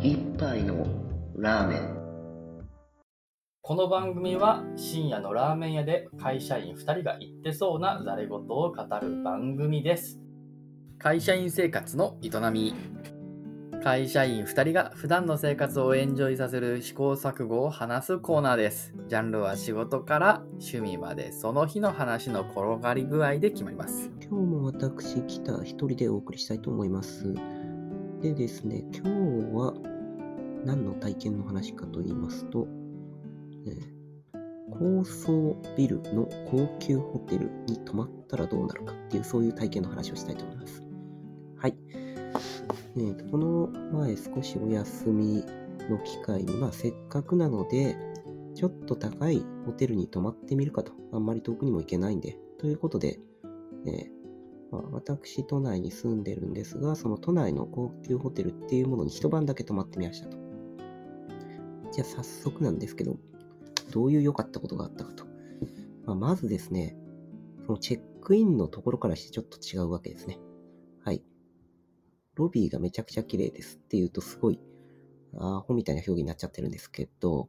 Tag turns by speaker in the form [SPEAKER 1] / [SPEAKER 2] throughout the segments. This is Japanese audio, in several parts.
[SPEAKER 1] 一杯のラーメン。
[SPEAKER 2] この番組は深夜のラーメン屋で会社員2人が言ってそうなざれ言を語る番組です。会社員生活の営み。会社員2人が普段の生活をエンジョイさせる試行錯誤を話すコーナーです。ジャンルは仕事から趣味までその日の話の転がり具合で決まります。
[SPEAKER 3] 今日も私、北一人でお送りしたいと思います。でですね、今日は何の体験の話かと言いますと、高層ビルの高級ホテルに泊まったらどうなるかっていうそういう体験の話をしたいと思います。はい。この前少しお休みの機会に、せっかくなので、ちょっと高いホテルに泊まってみるかと。あんまり遠くにも行けないんで。ということで、私、都内に住んでるんですが、その都内の高級ホテルっていうものに一晩だけ泊まってみましたと。じゃあ早速なんですけど、どういう良かったことがあったかと。まずですね、そのチェックインのところからしてちょっと違うわけですね。はい。ロビーがめちゃくちゃ綺麗ですっていうとすごい、アホみたいな表現になっちゃってるんですけど、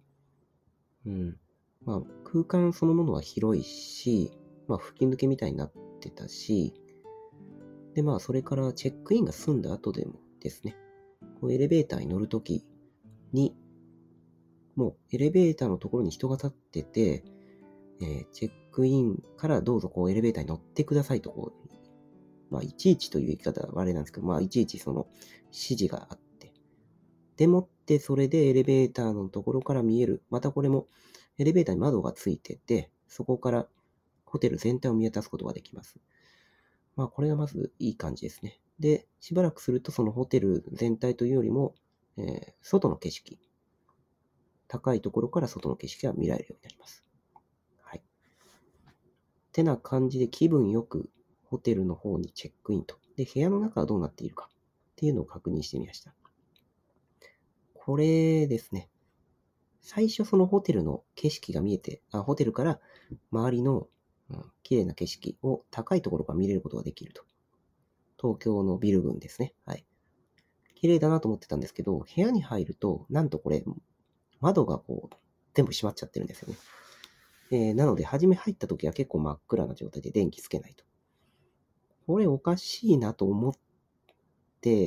[SPEAKER 3] 空間そのものは広いし、吹き抜けみたいになってたし、で、それからチェックインが済んだ後でもですね、エレベーターに乗るときに、もうエレベーターのところに人が立ってて、チェックインからどうぞエレベーターに乗ってくださいといちいちという言い方はあれなんですけど、いちいちその指示があって、でもってそれでエレベーターのところから見える、またこれもエレベーターに窓がついてて、そこからホテル全体を見渡すことができます。これがまずいい感じですね。で、しばらくするとそのホテル全体というよりも、外の景色、高いところから外の景色が見られるようになります。はい。てな感じで気分よくホテルの方にチェックインと。で、部屋の中はどうなっているかっていうのを確認してみました。これですね。最初そのホテルの景色が見えて、ホテルから周りの綺麗な景色を高いところから見れることができると。東京のビル群ですね。はい。綺麗だなと思ってたんですけど、部屋に入ると、なんとこれ、窓が全部閉まっちゃってるんですよね。なので、初め入った時は結構真っ暗な状態で電気つけないと。これおかしいなと思って、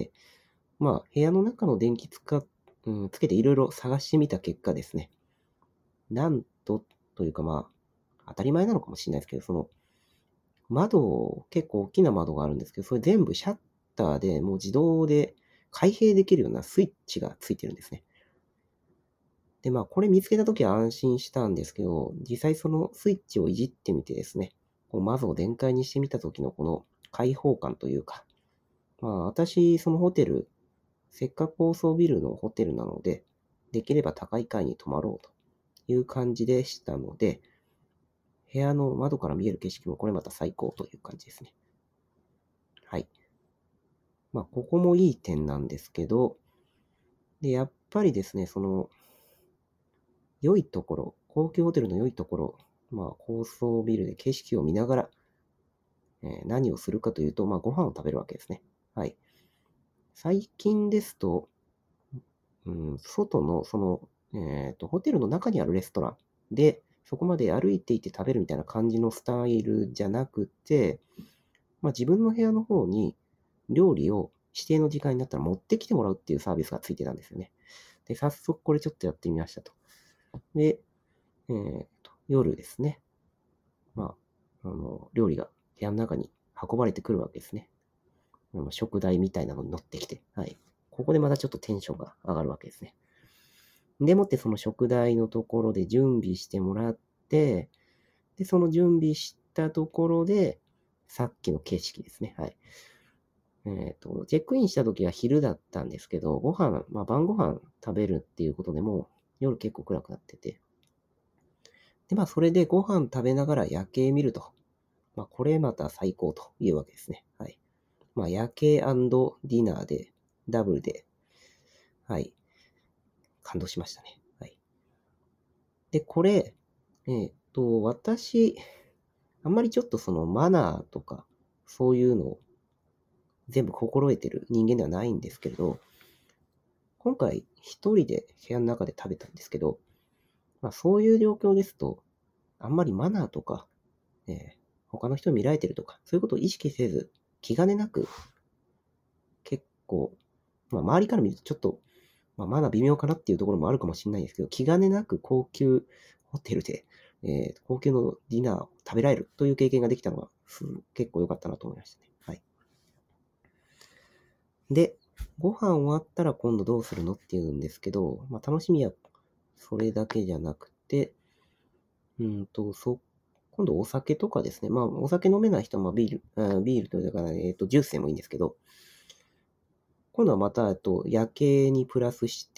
[SPEAKER 3] 部屋の中の電気つけていろいろ探してみた結果ですね。なんというか当たり前なのかもしれないですけど、その結構大きな窓があるんですけど、それ全部シャッターでもう自動で開閉できるようなスイッチがついてるんですね。で、これ見つけたときは安心したんですけど、実際そのスイッチをいじってみてですね、窓を全開にしてみたときのこの開放感というか、私、そのホテル、せっかく高層ビルのホテルなので、できれば高い階に泊まろうという感じでしたので、部屋の窓から見える景色もこれまた最高という感じですね。はい。ここもいい点なんですけど、で、やっぱりですね、その、良いところ、高級ホテルの良いところ、高層ビルで景色を見ながら、何をするかというと、ご飯を食べるわけですね。はい。最近ですと、外の、ホテルの中にあるレストランで、そこまで歩いていて食べるみたいな感じのスタイルじゃなくて、自分の部屋の方に料理を指定の時間になったら持ってきてもらうっていうサービスがついてたんですよね。で、早速これちょっとやってみましたと。で、夜ですね。料理が部屋の中に運ばれてくるわけですね。食台みたいなのに乗ってきて。はい。ここでまたちょっとテンションが上がるわけですね。でもってその食台のところで準備してもらって、で、その準備したところで、さっきの景色ですね。はい。チェックインした時は昼だったんですけど、晩ご飯食べるっていうことでも、夜結構暗くなってて。で、それでご飯食べながら夜景見ると。これまた最高というわけですね。はい。夜景&ディナーで、ダブルで、はい。感動しましたね。はい。で、これ、私、あんまりちょっとそのマナーとか、そういうのを全部心得てる人間ではないんですけれど、 今回一人で部屋の中で食べたんですけど、そういう状況ですと、あんまりマナーとか、他の人に見られてるとか、そういうことを意識せず、気兼ねなく、結構、周りから見るとちょっと、マナー微妙かなっていうところもあるかもしれないですけど、気兼ねなく高級ホテルで、高級のディナーを食べられるという経験ができたのが、結構良かったなと思いましたね。はい。で、ご飯終わったら今度どうするのっていうんですけど、楽しみはそれだけじゃなくて、今度お酒とかですね。お酒飲めない人はビールというか、ジュースでもいいんですけど、今度はまた、夜景にプラスして、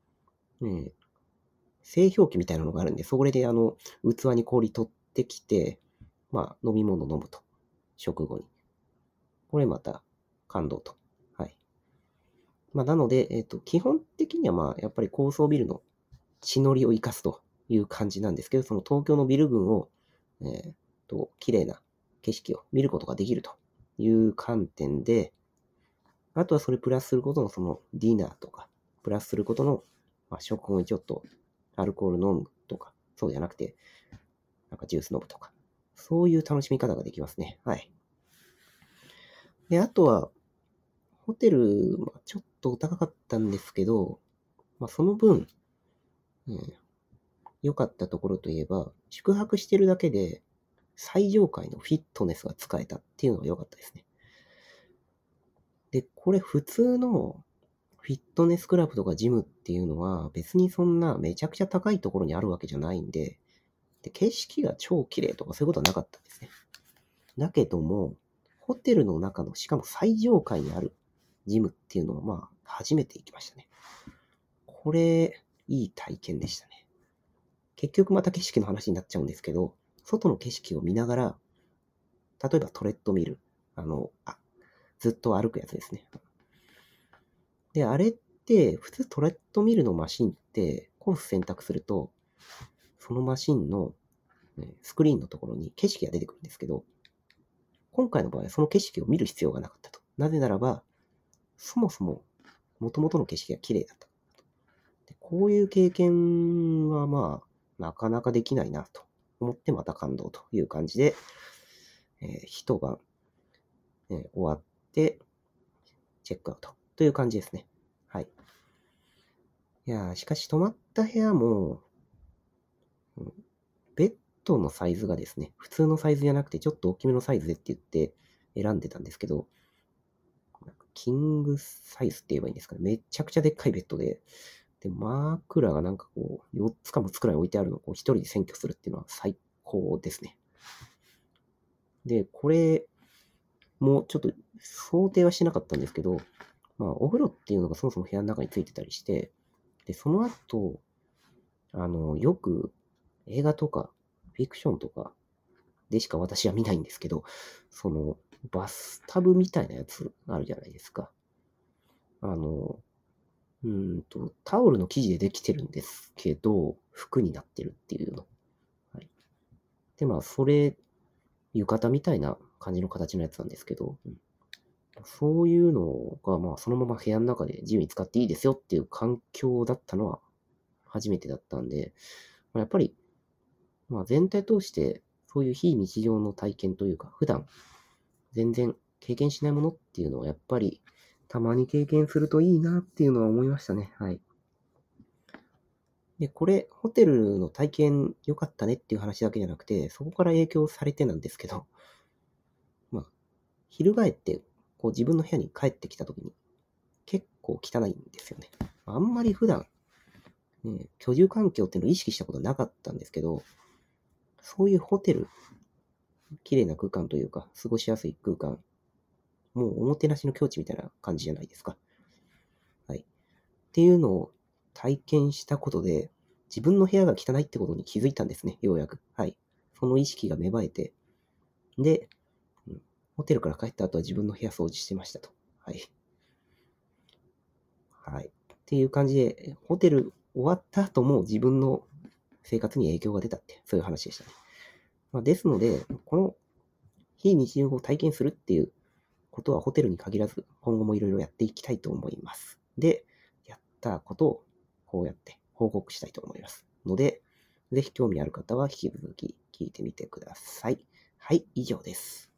[SPEAKER 3] 製氷機みたいなのがあるんで、それで器に氷取ってきて、飲み物飲むと。食後に。これまた感動と。はい。なので、基本的にはやっぱり高層ビルの地の利を生かすという感じなんですけど、その東京のビル群を、綺麗な景色を見ることができるという観点で、あとはそれプラスすることのそのディナーとか、プラスすることの、食後にちょっとアルコール飲むとか、そうじゃなくて、ジュース飲むとか、そういう楽しみ方ができますね。はい。で、あとは、ホテル、ちょっとお高かったんですけど、その分、良かったところといえば、宿泊してるだけで最上階のフィットネスが使えたっていうのが良かったですね。で、これ普通のフィットネスクラブとかジムっていうのは別にそんなめちゃくちゃ高いところにあるわけじゃないんで、景色が超綺麗とかそういうことはなかったんですね。だけども、ホテルの中のしかも最上階にあるジムっていうのは初めて行きましたね。これ、いい体験でしたね。結局また景色の話になっちゃうんですけど、外の景色を見ながら、例えばトレッドミル、ずっと歩くやつですね。で、あれって、普通トレッドミルのマシンって、コース選択すると、そのマシンのスクリーンのところに景色が出てくるんですけど、今回の場合はその景色を見る必要がなかったと。なぜならば、そもそも元々の景色が綺麗だった。でこういう経験はなかなかできないなと思ってまた感動という感じで、一晩、終わってチェックアウトという感じですね。はい。いやしかし泊まった部屋も、ベッドのサイズがですね、普通のサイズじゃなくてちょっと大きめのサイズでって言って選んでたんですけど、キングサイズって言えばいいんですかね。めちゃくちゃでっかいベッドで、枕が4つか6つくらい置いてあるのを一人で占拠するっていうのは最高ですね。で、これもちょっと想定はしてなかったんですけど、お風呂っていうのがそもそも部屋の中についてたりして、で、その後、よく映画とかフィクションとかでしか私は見ないんですけど、そのバスタブみたいなやつあるじゃないですか。タオルの生地でできてるんですけど、服になってるっていうの。はい、で、それ、浴衣みたいな感じの形のやつなんですけど、そういうのが、そのまま部屋の中で自由に使っていいですよっていう環境だったのは初めてだったんで、やっぱり、全体通して、そういう非日常の体験というか、普段全然経験しないものっていうのは、やっぱり、たまに経験するといいなっていうのは思いましたね。はい。で、これ、ホテルの体験良かったねっていう話だけじゃなくて、そこから影響されてなんですけど、翻って、自分の部屋に帰ってきたときに、結構汚いんですよね。あんまり普段、居住環境っていうのを意識したことなかったんですけど、そういうホテル、綺麗な空間というか、過ごしやすい空間、もうおもてなしの境地みたいな感じじゃないですか。はい。っていうのを体験したことで、自分の部屋が汚いってことに気づいたんですね、ようやく。はい。その意識が芽生えて、で、ホテルから帰った後は自分の部屋掃除してましたと。はい。はい。っていう感じで、ホテル終わった後も自分の生活に影響が出たって、そういう話でしたね。ですので、この非日常を体験するっていうことはホテルに限らず、今後もいろいろやっていきたいと思います。で、やっったことをこうやって報告したいと思いますので、ぜひ興味ある方は引き続き聞いてみてください。はい、以上です。